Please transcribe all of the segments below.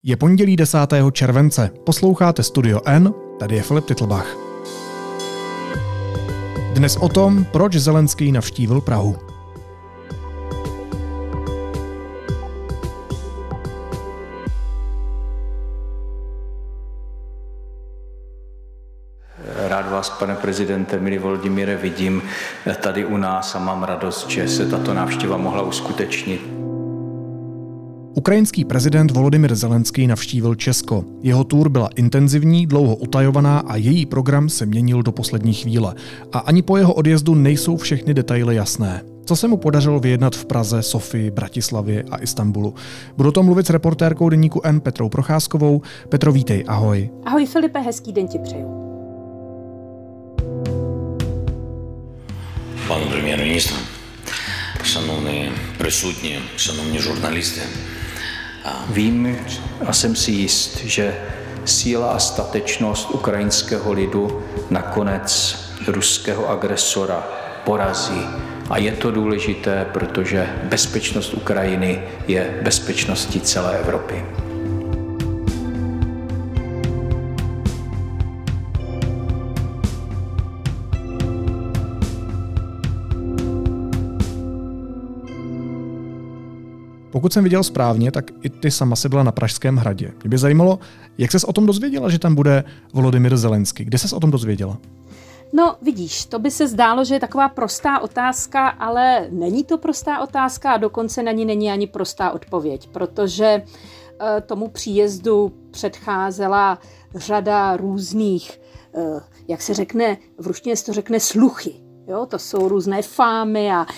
Je pondělí 10. července. Posloucháte Studio N, tady je Filip Titlbach. Dnes o tom, proč Zelenský navštívil Prahu. Rád vás, pane prezidente, milý Volodymyre, vidím tady u nás a mám radost, že se tato návštěva mohla uskutečnit. Ukrajinský prezident Volodymyr Zelenský navštívil Česko. Jeho tour byla intenzivní, dlouho utajovaná a její program se měnil do poslední chvíle. A ani po jeho odjezdu nejsou všechny detaily jasné. Co se mu podařilo vyjednat v Praze, Sofii, Bratislavě a Istanbulu? Budu o tom mluvit s reportérkou deníku N Petrou Procházkovou. Petro, vítej, ahoj. Ahoj Filipe, hezký den ti přeju. Пане прем'єр-міністр, шановні присутні, шановні журналісти. Vím a jsem si jist, že síla a statečnost ukrajinského lidu nakonec ruského agresora porazí. A je to důležité, protože bezpečnost Ukrajiny je bezpečností celé Evropy. Pokud jsem viděl správně, tak i ty sama si byla na Pražském hradě. Mě by zajímalo, jak ses o tom dozvěděla, že tam bude Volodymyr Zelenský. Kde ses o tom dozvěděla? No vidíš, to by se zdálo, že je taková prostá otázka, ale není to prostá otázka a dokonce na ní není ani prostá odpověď, protože tomu příjezdu předcházela řada různých, jak se řekne, v ruštině se to řekne sluchy. Jo, to jsou různé fámy a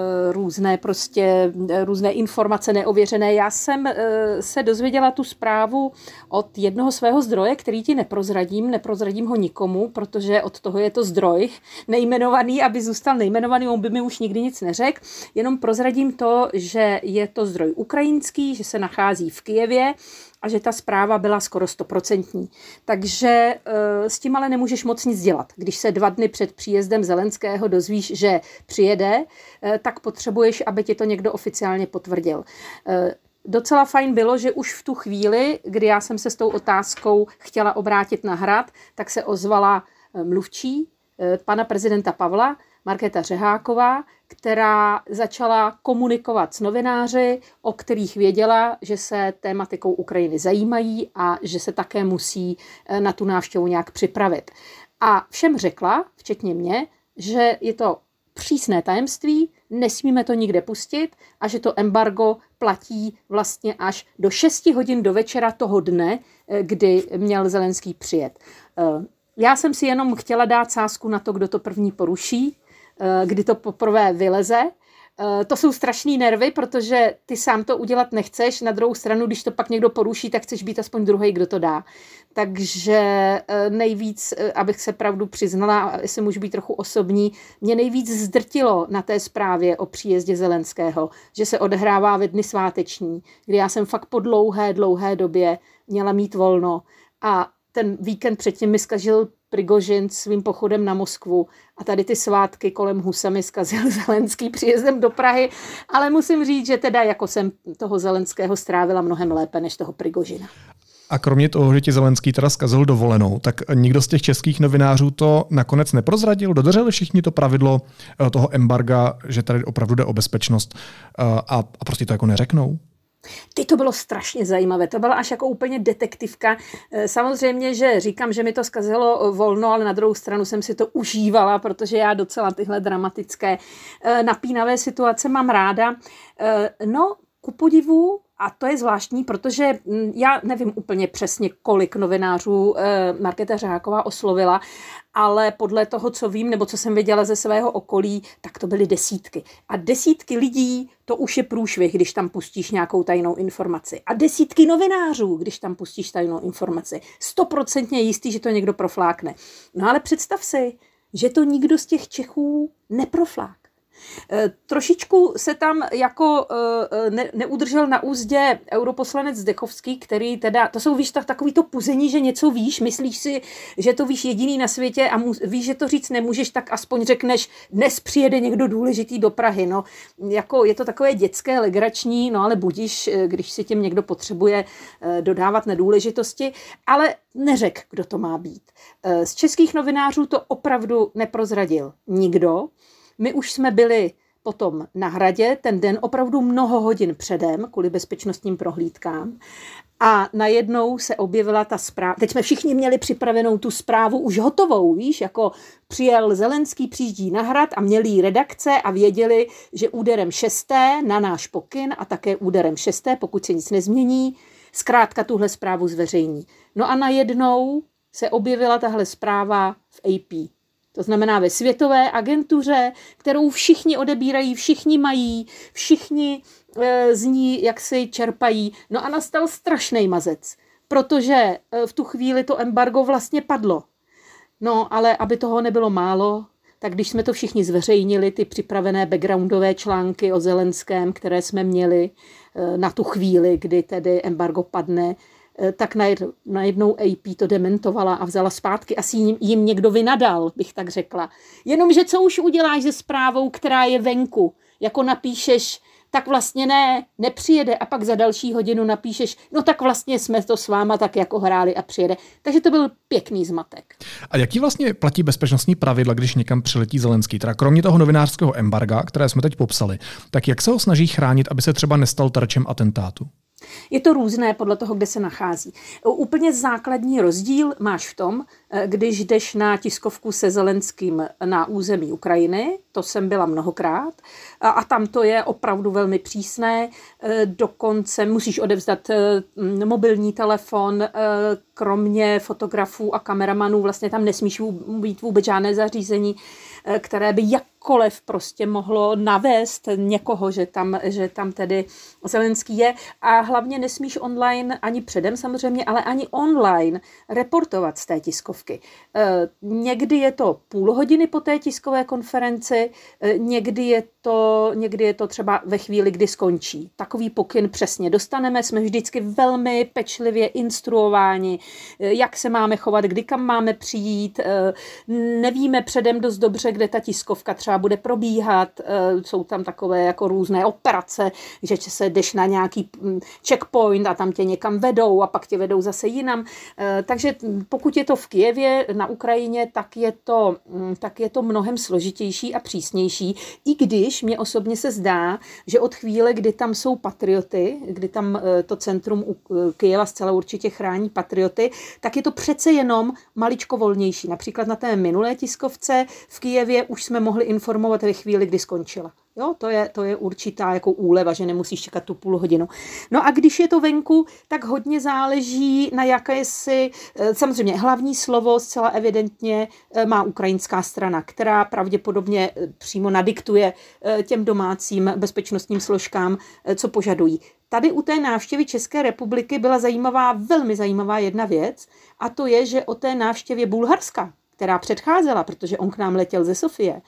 různé informace neověřené. Já jsem se dozvěděla tu zprávu od jednoho svého zdroje, který ti neprozradím ho nikomu, protože od toho je to zdroj nejmenovaný, aby zůstal nejmenovaný, on by mi už nikdy nic neřekl. Jenom prozradím to, že je to zdroj ukrajinský, že se nachází v Kyjevě, a že ta zpráva byla skoro 100%. Takže s tím ale nemůžeš moc nic dělat. Když se 2 dny před příjezdem Zelenského dozvíš, že přijede, tak potřebuješ, aby ti to někdo oficiálně potvrdil. Docela fajn bylo, že už v tu chvíli, kdy já jsem se s tou otázkou chtěla obrátit na hrad, tak se ozvala mluvčí pana prezidenta Pavla, Markéta Řeháková, která začala komunikovat s novináři, o kterých věděla, že se tématikou Ukrajiny zajímají a že se také musí na tu návštěvu nějak připravit. A všem řekla, včetně mě, že je to přísné tajemství, nesmíme to nikde pustit a že to embargo platí vlastně až do 6 hodin do večera toho dne, kdy měl Zelenský přijet. Já jsem si jenom chtěla dát sázku na to, kdo to první poruší, kdy to poprvé vyleze. To jsou strašný nervy, protože ty sám to udělat nechceš. Na druhou stranu, když to pak někdo poruší, tak chceš být aspoň druhý, kdo to dá. Takže nejvíc, abych se pravdu přiznala, jestli můžu být trochu osobní, mě nejvíc zdrtilo na té zprávě o příjezdě Zelenského, že se odehrává ve dny sváteční, kdy já jsem fakt po dlouhé době měla mít volno a ten víkend předtím mi zkazil Prigožin svým pochodem na Moskvu a tady ty svátky kolem Husa mi zkazil Zelenský příjezdem do Prahy, ale musím říct, že teda jako jsem toho Zelenského strávila mnohem lépe než toho Prigožina. A kromě toho, že ti Zelenský teda zkazil dovolenou, tak nikdo z těch českých novinářů to nakonec neprozradil? Dodrželi všichni to pravidlo toho embarga, že tady opravdu jde o bezpečnost a prostě to jako neřeknou? To bylo strašně zajímavé, to byla až jako úplně detektivka. Samozřejmě, že říkám, že mi to zkazilo volno, ale na druhou stranu jsem si to užívala, protože já docela tyhle dramatické napínavé situace mám ráda. No, ku podivu, a to je zvláštní, protože já nevím úplně přesně, kolik novinářů Markéta Řeháková oslovila, ale podle toho, co vím, nebo co jsem viděla ze svého okolí, tak to byly desítky. A desítky lidí, to už je průšvih, když tam pustíš nějakou tajnou informaci. A desítky novinářů, když tam pustíš tajnou informaci. 100% jistý, že to někdo proflákne. No ale představ si, že to nikdo z těch Čechů neproflák. Trošičku se tam jako neudržel na úzdě europoslanec Zdechovský, který teda, to jsou víš, takový to puzení, že něco víš, myslíš si, že to víš jediný na světě a víš, že to říct nemůžeš, tak aspoň řekneš, dnes přijede někdo důležitý do Prahy. No, jako je to takové dětské, legrační, no ale budíš, když si tím někdo potřebuje dodávat nedůležitosti, ale neřek, kdo to má být. Z českých novinářů to opravdu neprozradil nikdo. My už jsme byli potom na Hradě, ten den opravdu mnoho hodin předem, kvůli bezpečnostním prohlídkám. A najednou se objevila ta zpráva. Teď jsme všichni měli připravenou tu zprávu už hotovou, víš, jako přijel Zelenský, přijíždí na Hrad a měli jí redakce a věděli, že úderem 6. na náš pokyn a také úderem 6., pokud se nic nezmění, zkrátka tuhle zprávu zveřejní. No a najednou se objevila tahle zpráva v AP. To znamená ve světové agentuře, kterou všichni odebírají, všichni mají, všichni z ní jaksi čerpají. No a nastal strašný mazec, protože v tu chvíli to embargo vlastně padlo. No ale aby toho nebylo málo, tak když jsme to všichni zveřejnili, ty připravené backgroundové články o Zelenském, které jsme měli na tu chvíli, kdy tedy embargo padne, tak najednou AP to dementovala a vzala zpátky. Asi jim někdo vynadal, bych tak řekla. Jenomže co už uděláš se zprávou, která je venku? Jako napíšeš, tak vlastně nepřijede a pak za další hodinu napíšeš, no tak vlastně jsme to s váma tak jako hráli a přijede. Takže to byl pěkný zmatek. A jaký vlastně platí bezpečnostní pravidla, když někam přiletí Zelenský? Teda kromě toho novinářského embarga, které jsme teď popsali, tak jak se ho snaží chránit, aby se třeba nestal terčem atentátu? Je to různé podle toho, kde se nachází. Úplně základní rozdíl máš v tom, když jdeš na tiskovku se Zelenským na území Ukrajiny, to jsem byla mnohokrát, a tam to je opravdu velmi přísné, dokonce musíš odevzdat mobilní telefon, kromě fotografů a kameramanů, vlastně tam nesmíš být vůbec žádné zařízení, které by jakkoliv prostě mohlo navést někoho, že tam tedy Zelenský je, a hlavně nesmíš online ani předem samozřejmě, ale ani online reportovat z té tiskovky. Někdy je to půl hodiny po té tiskové konferenci, někdy je to třeba ve chvíli, kdy skončí. Takový pokyn přesně dostaneme, jsme vždycky velmi pečlivě instruováni, jak se máme chovat, kdy kam máme přijít, nevíme předem dost dobře, kde ta tiskovka třeba bude probíhat, jsou tam takové jako různé operace, že se jdeš na nějaký checkpoint a tam tě někam vedou a pak tě vedou zase jinam. Takže pokud je to v Kyjevě na Ukrajině, tak je to mnohem složitější a přísnější, i když mě osobně se zdá, že od chvíle, kdy tam jsou patrioty, kdy tam to centrum Kyjeva zcela určitě chrání patrioty, tak je to přece jenom maličko volnější. Například na té minulé tiskovce v Kyjevě už jsme mohli informovat ve chvíli, kdy skončila. Jo, to je určitá jako úleva, že nemusíš čekat tu půl hodinu. No a když je to venku, tak hodně záleží na jakési, samozřejmě hlavní slovo zcela evidentně má ukrajinská strana, která pravděpodobně přímo nadiktuje těm domácím bezpečnostním složkám, co požadují. Tady u té návštěvy České republiky byla velmi zajímavá jedna věc, a to je, že o té návštěvě Bulharska, která předcházela, protože on k nám letěl ze Sofie,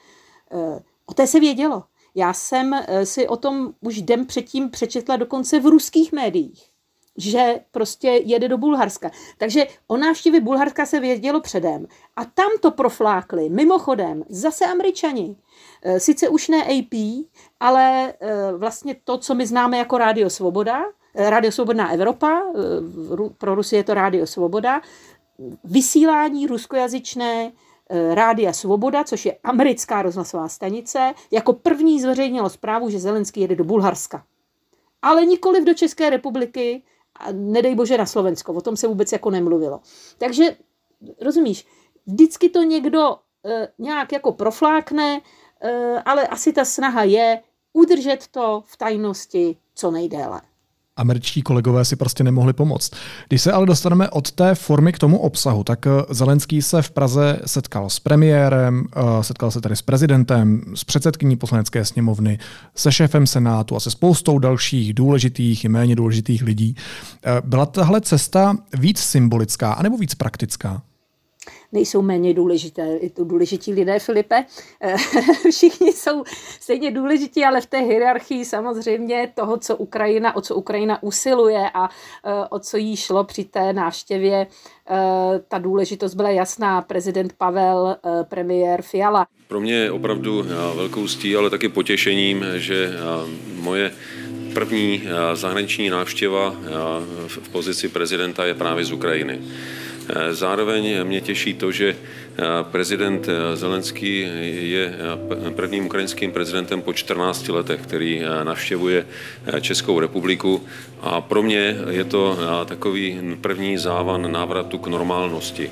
o té se vědělo. Já jsem si o tom už den předtím přečetla dokonce v ruských médiích, že prostě jede do Bulharska. Takže o návštěvě Bulharska se vědělo předem. A tam to proflákli, mimochodem, zase Američani. Sice už ne AP, ale vlastně to, co my známe jako Rádio Svoboda, Rádio Svobodná Evropa, pro Rusy je to Rádio Svoboda, vysílání ruskojazyčné Rádia Svoboda, což je americká rozhlasová stanice, jako první zveřejnilo zprávu, že Zelenský jede do Bulharska. Ale nikoliv do České republiky, a nedej bože na Slovensko, o tom se vůbec jako nemluvilo. Takže, rozumíš, vždycky to někdo nějak jako proflákne, ale asi ta snaha je udržet to v tajnosti co nejdéle. Američtí kolegové si prostě nemohli pomoct. Když se ale dostaneme od té formy k tomu obsahu, tak Zelenský se v Praze setkal s premiérem, setkal se tady s prezidentem, s předsedkyní Poslanecké sněmovny, se šéfem Senátu a se spoustou dalších důležitých i méně důležitých lidí. Byla tahle cesta víc symbolická anebo víc praktická? nejsou méně důležití lidé, Filipe. Všichni jsou stejně důležití, ale v té hierarchii samozřejmě toho, o co Ukrajina usiluje a o co jí šlo při té návštěvě, ta důležitost byla jasná. Prezident Pavel, premiér Fiala. Pro mě je opravdu velkou ctí, ale taky potěšením, že moje první zahraniční návštěva v pozici prezidenta je právě z Ukrajiny. Zároveň mě těší to, že prezident Zelenský je prvním ukrajinským prezidentem po 14 letech, který navštěvuje Českou republiku, a pro mě je to takový první závan návratu k normálnosti.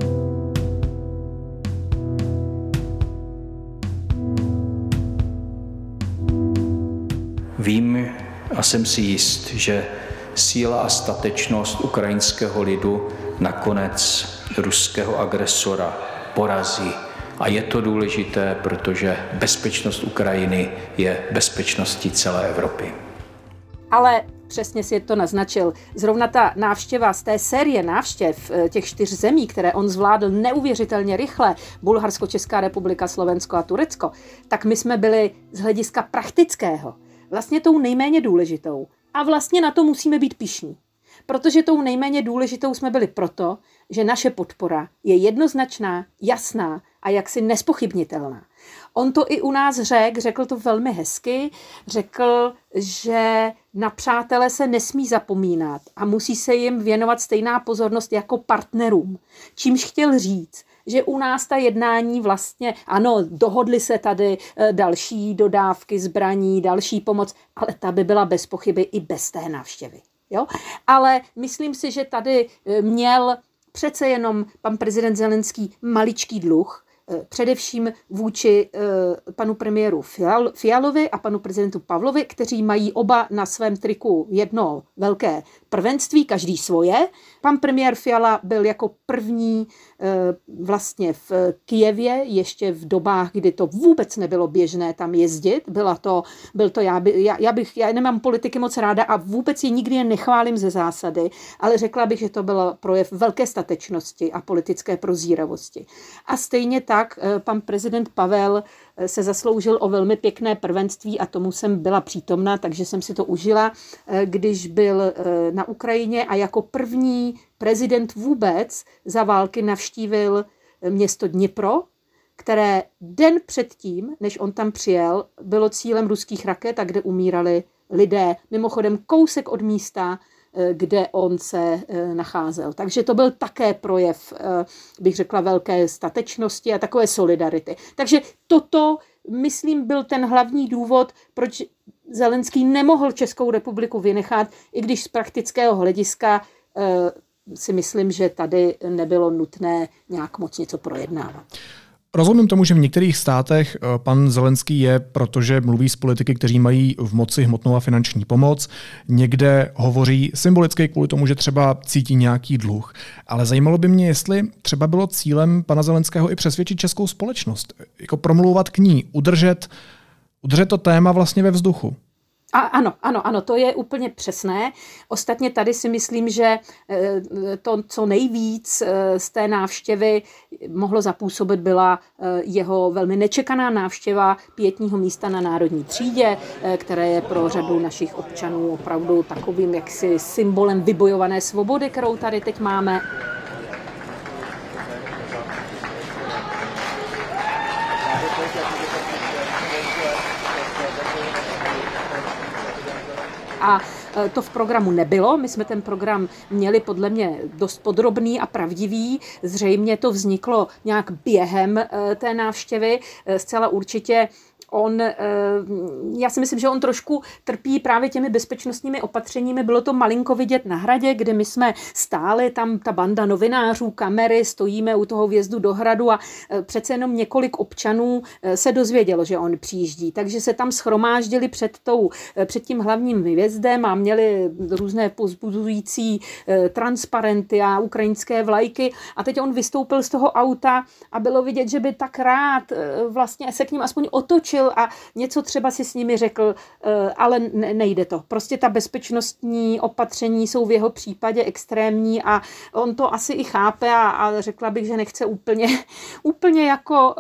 Vím a jsem si jist, že síla a statečnost ukrajinského lidu nakonec ruského agresora porazí. A je to důležité, protože bezpečnost Ukrajiny je bezpečností celé Evropy. Ale přesně si to naznačil. Zrovna ta návštěva z té série návštěv těch 4 zemí, které on zvládl neuvěřitelně rychle, Bulharsko, Česká republika, Slovensko a Turecko, tak my jsme byli z hlediska praktického vlastně tou nejméně důležitou. A vlastně na to musíme být pyšní. Protože tou nejméně důležitou jsme byli proto, že naše podpora je jednoznačná, jasná a jaksi nespochybnitelná. On to i u nás řekl to velmi hezky, řekl, že na přátele se nesmí zapomínat a musí se jim věnovat stejná pozornost jako partnerům. Čímž chtěl říct, že u nás ta jednání vlastně, ano, dohodly se tady další dodávky zbraní, další pomoc, ale ta by byla bez pochyby i bez té návštěvy. Jo? Ale myslím si, že tady měl přece jenom pan prezident Zelenský maličký dluh, především vůči panu premiéru Fialovi a panu prezidentu Pavlovi, kteří mají oba na svém triku jedno velké prvenství, každý svoje. Pan premiér Fiala byl jako první vlastně v Kyjevě, ještě v dobách, kdy to vůbec nebylo běžné tam jezdit. Já nemám politiky moc ráda a vůbec je nikdy nechválím ze zásady, ale řekla bych, že to byl projev velké statečnosti a politické prozíravosti. A stejně tak pan prezident Pavel se zasloužil o velmi pěkné prvenství a tomu jsem byla přítomna, takže jsem si to užila, když byl na Ukrajině a jako první prezident vůbec za války navštívil město Dnipro, které den předtím, než on tam přijel, bylo cílem ruských raket a kde umírali lidé. Mimochodem kousek od místa, kde on se nacházel. Takže to byl také projev, bych řekla, velké statečnosti a takové solidarity. Takže toto, myslím, byl ten hlavní důvod, proč Zelenský nemohl Českou republiku vynechat, i když z praktického hlediska si myslím, že tady nebylo nutné nějak moc něco projednávat. Rozumím tomu, že v některých státech pan Zelenský je, protože mluví s politiky, kteří mají v moci hmotnou a finanční pomoc. Někde hovoří symbolicky kvůli tomu, že třeba cítí nějaký dluh. Ale zajímalo by mě, jestli třeba bylo cílem pana Zelenského i přesvědčit českou společnost. Jako promlouvat k ní, udržet to téma vlastně ve vzduchu. Ano, to je úplně přesné. Ostatně tady si myslím, že to, co nejvíc z té návštěvy mohlo zapůsobit, byla jeho velmi nečekaná návštěva pietního místa na Národní třídě, které je pro řadu našich občanů opravdu takovým jaksi symbolem vybojované svobody, kterou tady teď máme. A to v programu nebylo. My jsme ten program měli podle mě dost podrobný a pravdivý. Zřejmě to vzniklo nějak během té návštěvy. Zcela určitě já si myslím, že on trošku trpí právě těmi bezpečnostními opatřeními. Bylo to malinko vidět na Hradě, kde my jsme stáli, tam ta banda novinářů, kamery, stojíme u toho vjezdu do Hradu a přece jenom několik občanů se dozvědělo, že on přijíždí. Takže se tam shromáždili před tím hlavním vjezdem a měli různé povzbuzující transparenty a ukrajinské vlajky a teď on vystoupil z toho auta a bylo vidět, že by tak rád vlastně se k ním aspoň otočil a něco třeba si s nimi řekl, ale nejde to. Prostě ta bezpečnostní opatření jsou v jeho případě extrémní a on to asi i chápe a řekla bych, že nechce úplně jako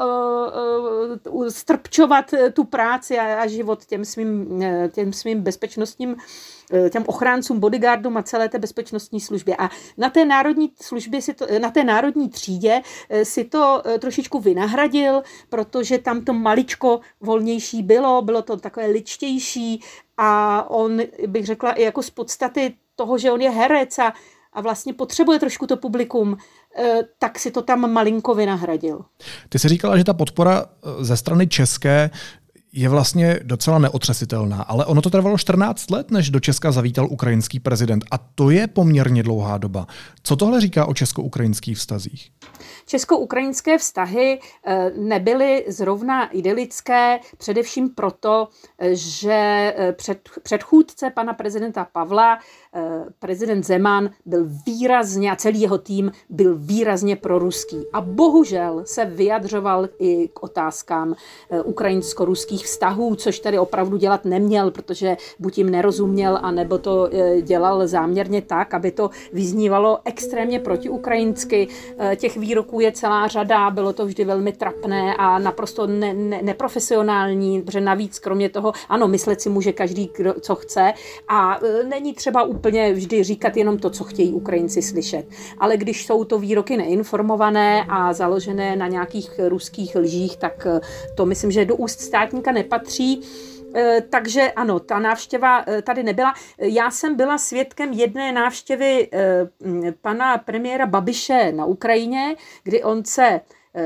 strpčovat tu práci a život těm svým bezpečnostním těm ochráncům, bodyguardům a celé té bezpečnostní službě. A na té národní službě, na té národní třídě si to trošičku vynahradil, protože tam to maličko volnější bylo to takové ličtější a on, bych řekla, i jako z podstaty toho, že on je herec a vlastně potřebuje trošku to publikum, tak si to tam malinko vynahradil. Ty jsi říkala, že ta podpora ze strany české je vlastně docela neotřesitelná, ale ono to trvalo 14 let, než do Česka zavítal ukrajinský prezident a to je poměrně dlouhá doba. Co tohle říká o česko-ukrajinských vztazích? Česko-ukrajinské vztahy nebyly zrovna idylické, především proto, že předchůdce pana prezidenta Pavla, prezident Zeman, byl výrazně, a celý jeho tým byl výrazně proruský. A bohužel se vyjadřoval i k otázkám ukrajinsko-ruských vztahů, což tady opravdu dělat neměl, protože buď jim nerozuměl, anebo to dělal záměrně tak, aby to vyznívalo extrémně protiukrajinsky. Těch výroků je celá řada, bylo to vždy velmi trapné a naprosto neprofesionální, protože navíc kromě toho, ano, myslet si může každý, co chce a není třeba úplně vždy říkat jenom to, co chtějí Ukrajinci slyšet. Ale když jsou to výroky neinformované a založené na nějakých ruských lžích, tak to myslím, že do úst státníka nepatří. Takže ano, ta návštěva tady nebyla. Já jsem byla svědkem jedné návštěvy pana premiéra Babiše na Ukrajině, kdy on se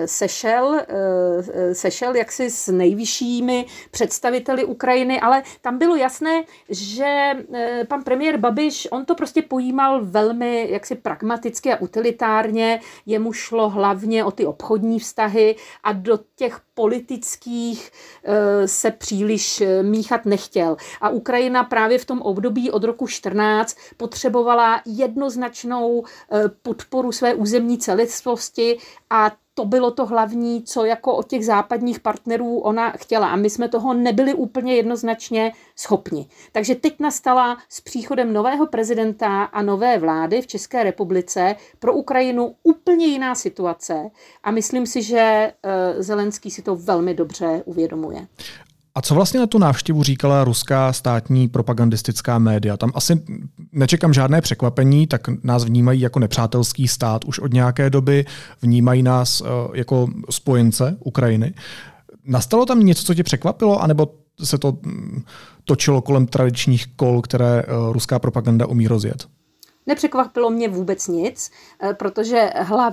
sešel jaksi s nejvyššími představiteli Ukrajiny, ale tam bylo jasné, že pan premiér Babiš, on to prostě pojímal velmi jaksi pragmaticky a utilitárně, jemu šlo hlavně o ty obchodní vztahy a do těch politických se příliš míchat nechtěl. A Ukrajina právě v tom období od roku 14 potřebovala jednoznačnou podporu své územní celistvosti a to bylo to hlavní, co jako od těch západních partnerů ona chtěla. A my jsme toho nebyli úplně jednoznačně schopni. Takže teď nastala s příchodem nového prezidenta a nové vlády v České republice pro Ukrajinu úplně jiná situace. A myslím si, že Zelenský si to velmi dobře uvědomuje. A co vlastně na tu návštěvu říkala ruská státní propagandistická média? Tam asi nečekám žádné překvapení, tak nás vnímají jako nepřátelský stát už od nějaké doby, vnímají nás jako spojence Ukrajiny. Nastalo tam něco, co tě překvapilo, anebo se to točilo kolem tradičních kol, které ruská propaganda umí rozjet? Nepřekvapilo mě vůbec nic, protože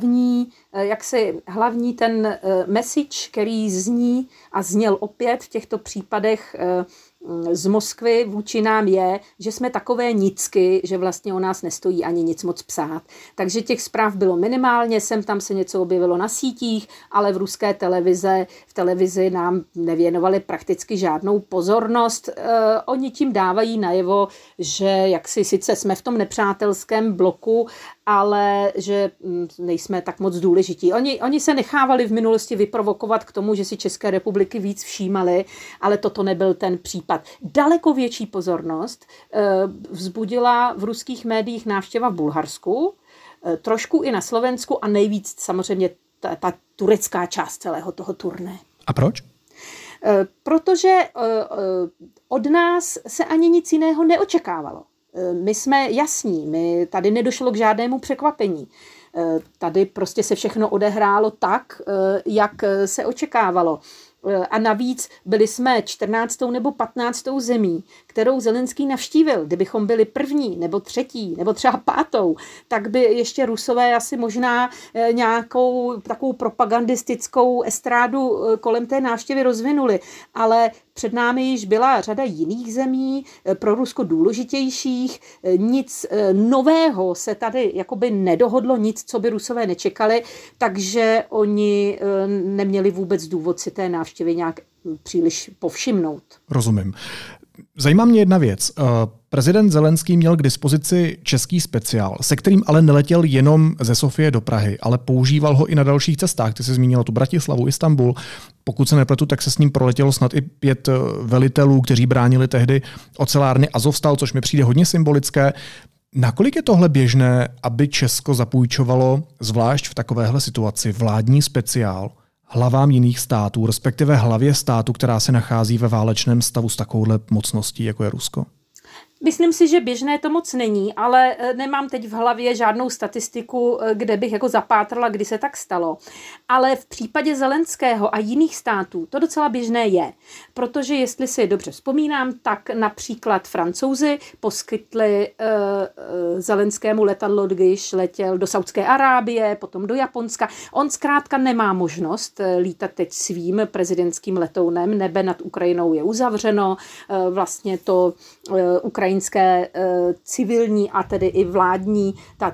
hlavní ten message, který zní a zněl opět v těchto případech z Moskvy vůči nám je, že jsme takové nicky, že vlastně o nás nestojí ani nic moc psát. Takže těch zpráv bylo minimálně, sem tam se něco objevilo na sítích, ale v ruské televizi nám nevěnovali prakticky žádnou pozornost. Oni tím dávají najevo, že jaksi sice jsme v tom nepřátelském bloku, ale že nejsme tak moc důležití. Oni se nechávali v minulosti vyprovokovat k tomu, že si České republiky víc všímali, ale toto nebyl ten případ. Daleko větší pozornost vzbudila v ruských médiích návštěva v Bulharsku, trošku i na Slovensku a nejvíc samozřejmě ta turecká část celého toho turné. A proč? Protože od nás se ani nic jiného neočekávalo. My jsme jasní, tady nedošlo k žádnému překvapení. Tady prostě se všechno odehrálo tak, jak se očekávalo. A navíc byli jsme 14. nebo 15. zemí, kterou Zelenský navštívil. Kdybychom byli první, nebo třetí, nebo třeba 5., tak by ještě Rusové asi možná nějakou takovou propagandistickou estrádu kolem té návštěvy rozvinuli. Ale před námi již byla řada jiných zemí, pro Rusko důležitějších. Nic nového se tady jakoby nedohodlo, nic, co by Rusové nečekali, takže oni neměli vůbec důvod si té návštěvy nějak příliš povšimnout. Rozumím. Zajímá mě jedna věc. Prezident Zelenský měl k dispozici český speciál, se kterým ale neletěl jenom ze Sofie do Prahy, ale používal ho i na dalších cestách. Ty jsi zmínila tu Bratislavu, Istanbul. Pokud se nepletu, tak se s ním proletělo snad i 5 velitelů, kteří bránili tehdy ocelárny Azovstal, což mi přijde hodně symbolické. Nakolik je tohle běžné, aby Česko zapůjčovalo, zvlášť v takovéhle situaci, vládní speciál hlavám jiných států, respektive hlavě státu, která se nachází ve válečném stavu s takovouhle mocností, jako je Rusko? Myslím si, že běžné to moc není, ale nemám teď v hlavě žádnou statistiku, kde bych jako zapátrala, kdy se tak stalo. Ale v případě Zelenského a jiných států to docela běžné je, protože jestli si dobře vzpomínám, tak například Francouzi poskytli Zelenskému letadlo, když letěl do Saudské Arábie, potom do Japonska. On zkrátka nemá možnost lítat teď svým prezidentským letounem, nebe nad Ukrajinou je uzavřeno, vlastně to ukrajinské civilní a tedy i vládní,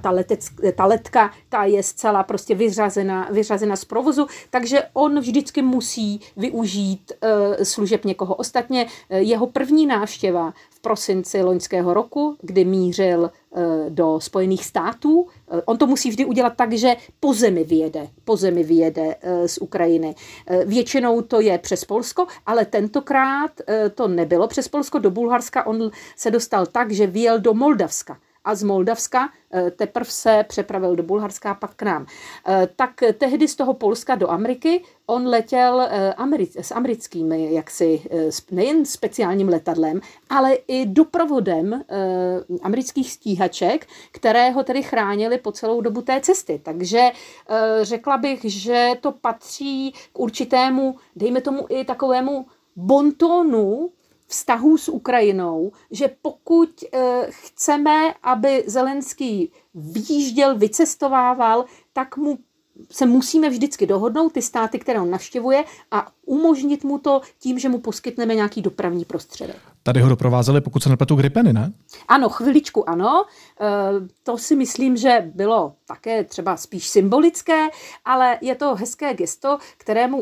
ta letka, ta je zcela prostě vyřazena z provozu, takže on vždycky musí využít služeb někoho. Ostatně jeho první návštěva v prosinci loňského roku, kdy mířil do Spojených států, on to musí vždy udělat tak, že po zemi vyjede z Ukrajiny. Většinou to je přes Polsko, ale tentokrát to nebylo přes Polsko, do Bulharska on se dostal tak, že vyjel do Moldavska. A z Moldavska teprve se přepravil do Bulharska a pak k nám. Tak tehdy z toho Polska do Ameriky on letěl s americkým jaksi nejen speciálním letadlem, ale i doprovodem amerických stíhaček, které ho tedy chránili po celou dobu té cesty. Takže řekla bych, že to patří k určitému, dejme tomu i takovému bontonu vztahů s Ukrajinou, že pokud chceme, aby Zelenský vyjížděl, vycestovával, tak se musíme vždycky dohodnout, ty státy, které on navštěvuje, a umožnit mu to tím, že mu poskytneme nějaký dopravní prostředek. Tady ho doprovázeli, pokud se nepletu, Gripeny, ne? Ano, chviličku ano. To si myslím, že bylo také třeba spíš symbolické, ale je to hezké gesto, kterému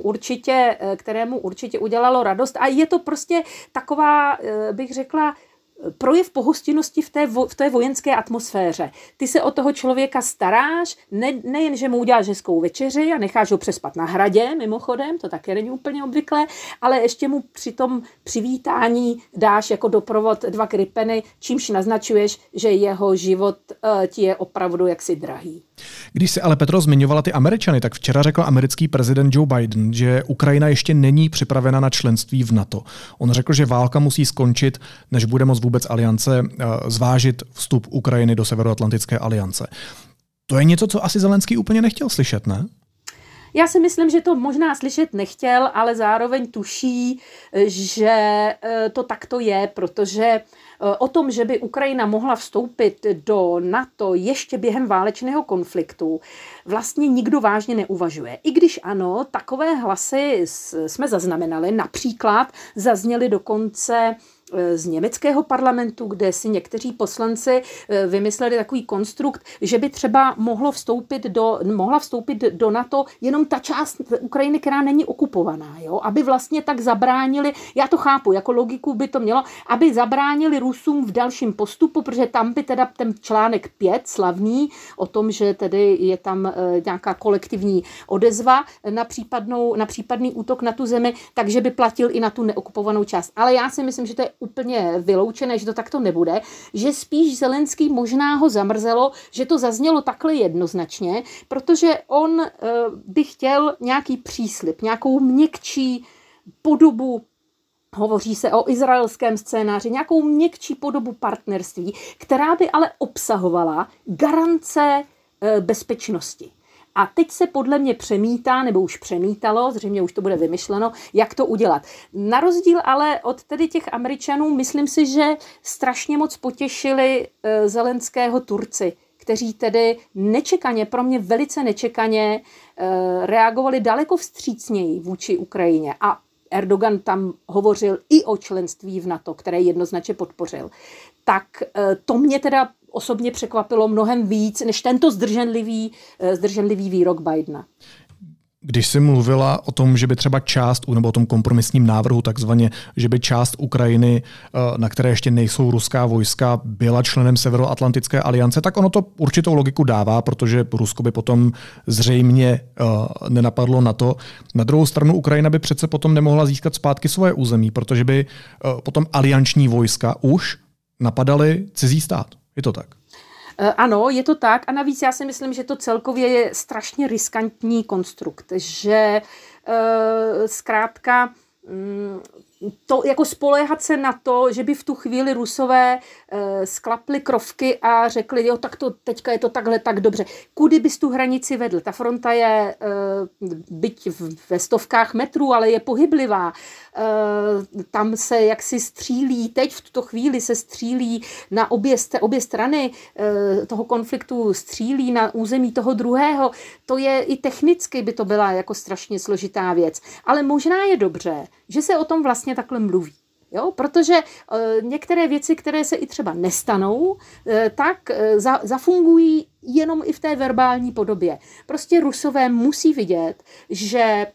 určitě udělalo radost. A je to prostě taková, bych řekla, projev pohostinnosti v té vojenské atmosféře. Ty se o toho člověka staráš, nejen, že mu uděláš hezkou večeři a necháš ho přespat na hradě, mimochodem, to také není úplně obvyklé, ale ještě mu při tom přivítání dáš jako doprovod 2 Gripeny, čímž naznačuješ, že jeho život ti je opravdu jaksi drahý. Když se ale, Petro, zmiňovala ty Američany, tak včera řekl americký prezident Joe Biden, že Ukrajina ještě není připravena na členství v NATO. On řekl, že válka musí skončit, než bude moct vůbec aliance zvážit vstup Ukrajiny do Severoatlantické aliance. To je něco, co asi Zelenský úplně nechtěl slyšet, ne? Já si myslím, že to možná slyšet nechtěl, ale zároveň tuší, že to takto je, protože o tom, že by Ukrajina mohla vstoupit do NATO ještě během válečného konfliktu, vlastně nikdo vážně neuvažuje. I když ano, takové hlasy jsme zaznamenali, například zazněly dokonce z německého parlamentu, kde si někteří poslanci vymysleli takový konstrukt, že by třeba mohla vstoupit do NATO jenom ta část Ukrajiny, která není okupovaná, jo? Aby vlastně tak zabránili, já to chápu, jako logiku by to mělo, aby zabránili Rusům v dalším postupu, protože tam by teda ten článek 5 slavný o tom, že tedy je tam nějaká kolektivní odezva na případný útok na tu zemi, takže by platil i na tu neokupovanou část. Ale já si myslím, že to je úplně vyloučené, že to takto nebude, že spíš Zelenský možná ho zamrzelo, že to zaznělo takhle jednoznačně, protože on by chtěl nějaký příslib, nějakou měkčí podobu, hovoří se o izraelském scénáři, nějakou měkčí podobu partnerství, která by ale obsahovala garance bezpečnosti. A teď se podle mě přemítá, nebo už přemítalo, zřejmě už to bude vymyšleno, jak to udělat. Na rozdíl ale od tedy těch Američanů, myslím si, že strašně moc potěšili Zelenského Turci, kteří tedy nečekaně, pro mě velice nečekaně, reagovali daleko vstřícněji vůči Ukrajině. A Erdogan tam hovořil i o členství v NATO, které jednoznačně podpořil. Tak to mě teda osobně překvapilo mnohem víc, než tento zdrženlivý výrok Bidena. Když jsi mluvila o tom, že by třeba část, nebo o tom kompromisním návrhu takzvaně, že by část Ukrajiny, na které ještě nejsou ruská vojska, byla členem Severoatlantické aliance, tak ono to určitou logiku dává, protože Rusko by potom zřejmě nenapadlo na to. Na druhou stranu Ukrajina by přece potom nemohla získat zpátky svoje území, protože by potom alianční vojska už napadaly cizí stát. Je to tak? Ano, je to tak a navíc já si myslím, že to celkově je strašně riskantní konstrukt, že zkrátka to jako spoléhat se na to, že by v tu chvíli Rusové sklapli krovky a řekli, jo, tak to teďka je to takhle tak dobře. Kudy bys tu hranici vedl? Ta fronta je byť ve stovkách metrů, ale je pohyblivá. Tam se jaksi střílí, teď v tuto chvíli se střílí na obě strany toho konfliktu, střílí na území toho druhého. To je i technicky by to byla jako strašně složitá věc. Ale možná je dobře, že se o tom vlastně takhle mluví. Jo? Protože některé věci, které se i třeba nestanou, tak zafungují jenom i v té verbální podobě. Prostě Rusové musí vidět, že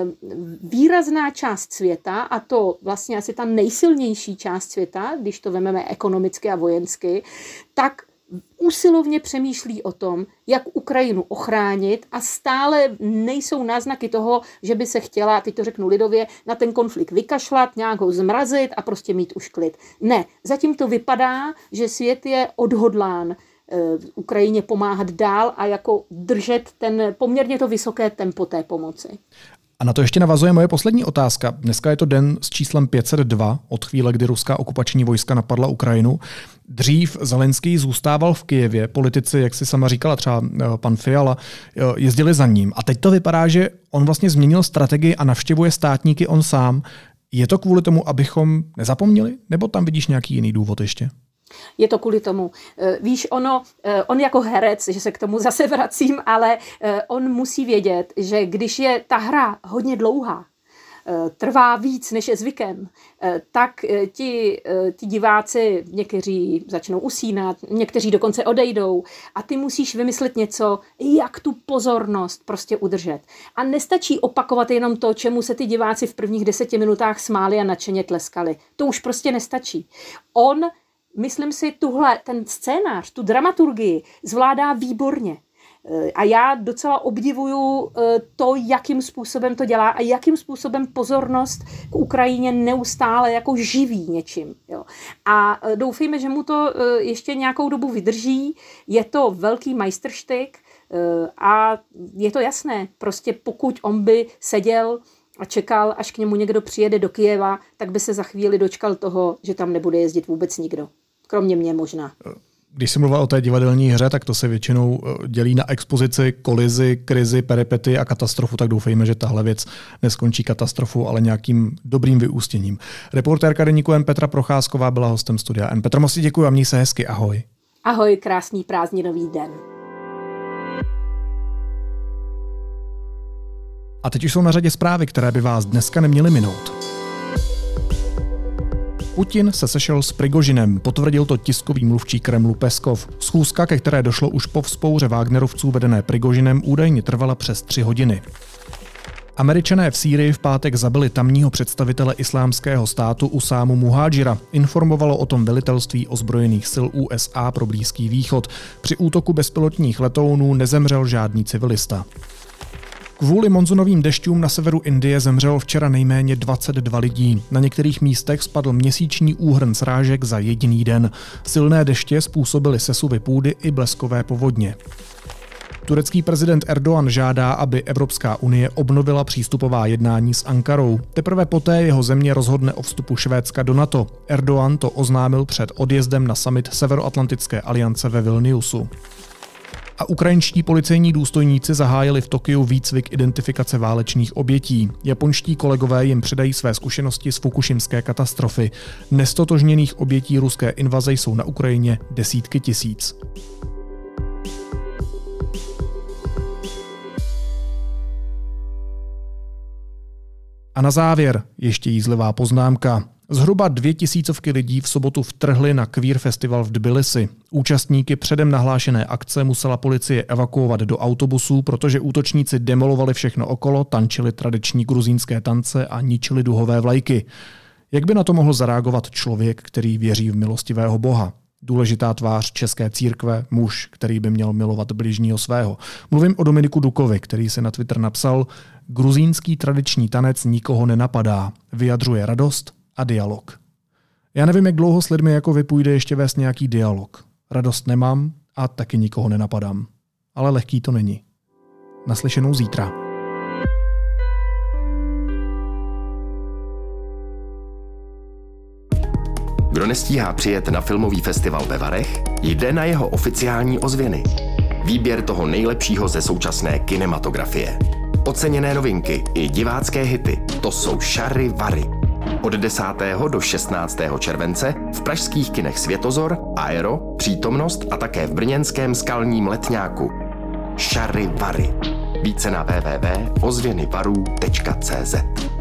výrazná část světa, a to vlastně asi ta nejsilnější část světa, když to vezmeme ekonomicky a vojensky, tak usilovně přemýšlí o tom, jak Ukrajinu ochránit a stále nejsou náznaky toho, že by se chtěla, teď to řeknu lidově, na ten konflikt vykašlat, nějak ho zmrazit a prostě mít už klid. Ne, zatím to vypadá, že svět je odhodlán Ukrajině pomáhat dál a jako držet ten poměrně to vysoké tempo té pomoci. A na to ještě navazuje moje poslední otázka. Dneska je to den s číslem 502 od chvíle, kdy ruská okupační vojska napadla Ukrajinu. Dřív Zelenský zůstával v Kyjevě, politici, jak si sama říkala, třeba pan Fiala, jezdili za ním. A teď to vypadá, že on vlastně změnil strategii a navštěvuje státníky on sám. Je to kvůli tomu, abychom nezapomněli? Nebo tam vidíš nějaký jiný důvod ještě? Je to kvůli tomu. Víš, on jako herec, že se k tomu zase vracím, ale on musí vědět, že když je ta hra hodně dlouhá, trvá víc, než je zvykem, tak ti diváci někteří začnou usínat, někteří dokonce odejdou a ty musíš vymyslet něco, jak tu pozornost prostě udržet. A nestačí opakovat jenom to, čemu se ty diváci v prvních 10 minutách smáli a nadšeně tleskali. To už prostě nestačí. Myslím si, ten scénář, tu dramaturgii zvládá výborně. A já docela obdivuju to, jakým způsobem to dělá a jakým způsobem pozornost k Ukrajině neustále jako živí něčím. Jo. A doufejme, že mu to ještě nějakou dobu vydrží. Je to velký majstrštyk a je to jasné. Prostě pokud on by seděl a čekal, až k němu někdo přijede do Kyjeva, tak by se za chvíli dočkal toho, že tam nebude jezdit vůbec nikdo. Kromě mě možná. Když jsem mluvil o té divadelní hře, tak to se většinou dělí na expozici, kolizi, krizi, peripety a katastrofu, tak doufejme, že tahle věc neskončí katastrofou, ale nějakým dobrým vyústěním. Reportérka deníku N Petra Procházková byla hostem studia N. Petro, moc ti děkuji a měj se hezky, ahoj. Ahoj, krásný prázdninový den. A teď už jsou na řadě zprávy, které by vás dneska neměly minout. Putin se sešel s Prigožinem, potvrdil to tiskový mluvčí Kremlu Peskov. Schůzka, ke které došlo už po vzpouře Wagnerovců vedené Prigožinem, údajně trvala přes 3 hodiny. Američané v Sýrii v pátek zabili tamního představitele islámského státu Usámu Muhadžira. Informovalo o tom velitelství ozbrojených sil USA pro Blízký východ. Při útoku bezpilotních letounů nezemřel žádný civilista. Kvůli monzunovým dešťům na severu Indie zemřelo včera nejméně 22 lidí. Na některých místech spadl měsíční úhrn srážek za jediný den. Silné deště způsobily sesuvy půdy i bleskové povodně. Turecký prezident Erdogan žádá, aby Evropská unie obnovila přístupová jednání s Ankarou. Teprve poté jeho země rozhodne o vstupu Švédska do NATO. Erdogan to oznámil před odjezdem na summit Severoatlantické aliance ve Vilniusu. A ukrajinští policejní důstojníci zahájili v Tokiu výcvik identifikace válečných obětí. Japonští kolegové jim předají své zkušenosti z fukušimské katastrofy. Nestotožněných obětí ruské invaze jsou na Ukrajině desítky tisíc. A na závěr ještě jízlivá poznámka. Zhruba 2000 lidí v sobotu vtrhli na Queer Festival v Tbilisi. Účastníky předem nahlášené akce musela policie evakuovat do autobusů, protože útočníci demolovali všechno okolo, tančili tradiční gruzínské tance a ničili duhové vlajky. Jak by na to mohl zareagovat člověk, který věří v milostivého Boha? Důležitá tvář české církve, muž, který by měl milovat bližního svého. Mluvím o Dominiku Dukovi, který si na Twitter napsal: gruzínský tradiční tanec nikoho nenapadá, vyjadřuje radost a dialog. Já nevím, jak dlouho s lidmi jako vy půjde ještě vést nějaký dialog. Radost nemám a taky nikoho nenapadám. Ale lehký to není. Naslyšenou zítra. Kdo nestíhá přijet na filmový festival ve Varech, jde na jeho oficiální ozvěny. Výběr toho nejlepšího ze současné kinematografie. Oceněné novinky i divácké hity, to jsou Šary Vary. Od 10. do 16. července v pražských kinech Světozor, Aero, Přítomnost a také v brněnském Skalním letňáku. Šary Vary. Více na www.ozvěnyvarů.cz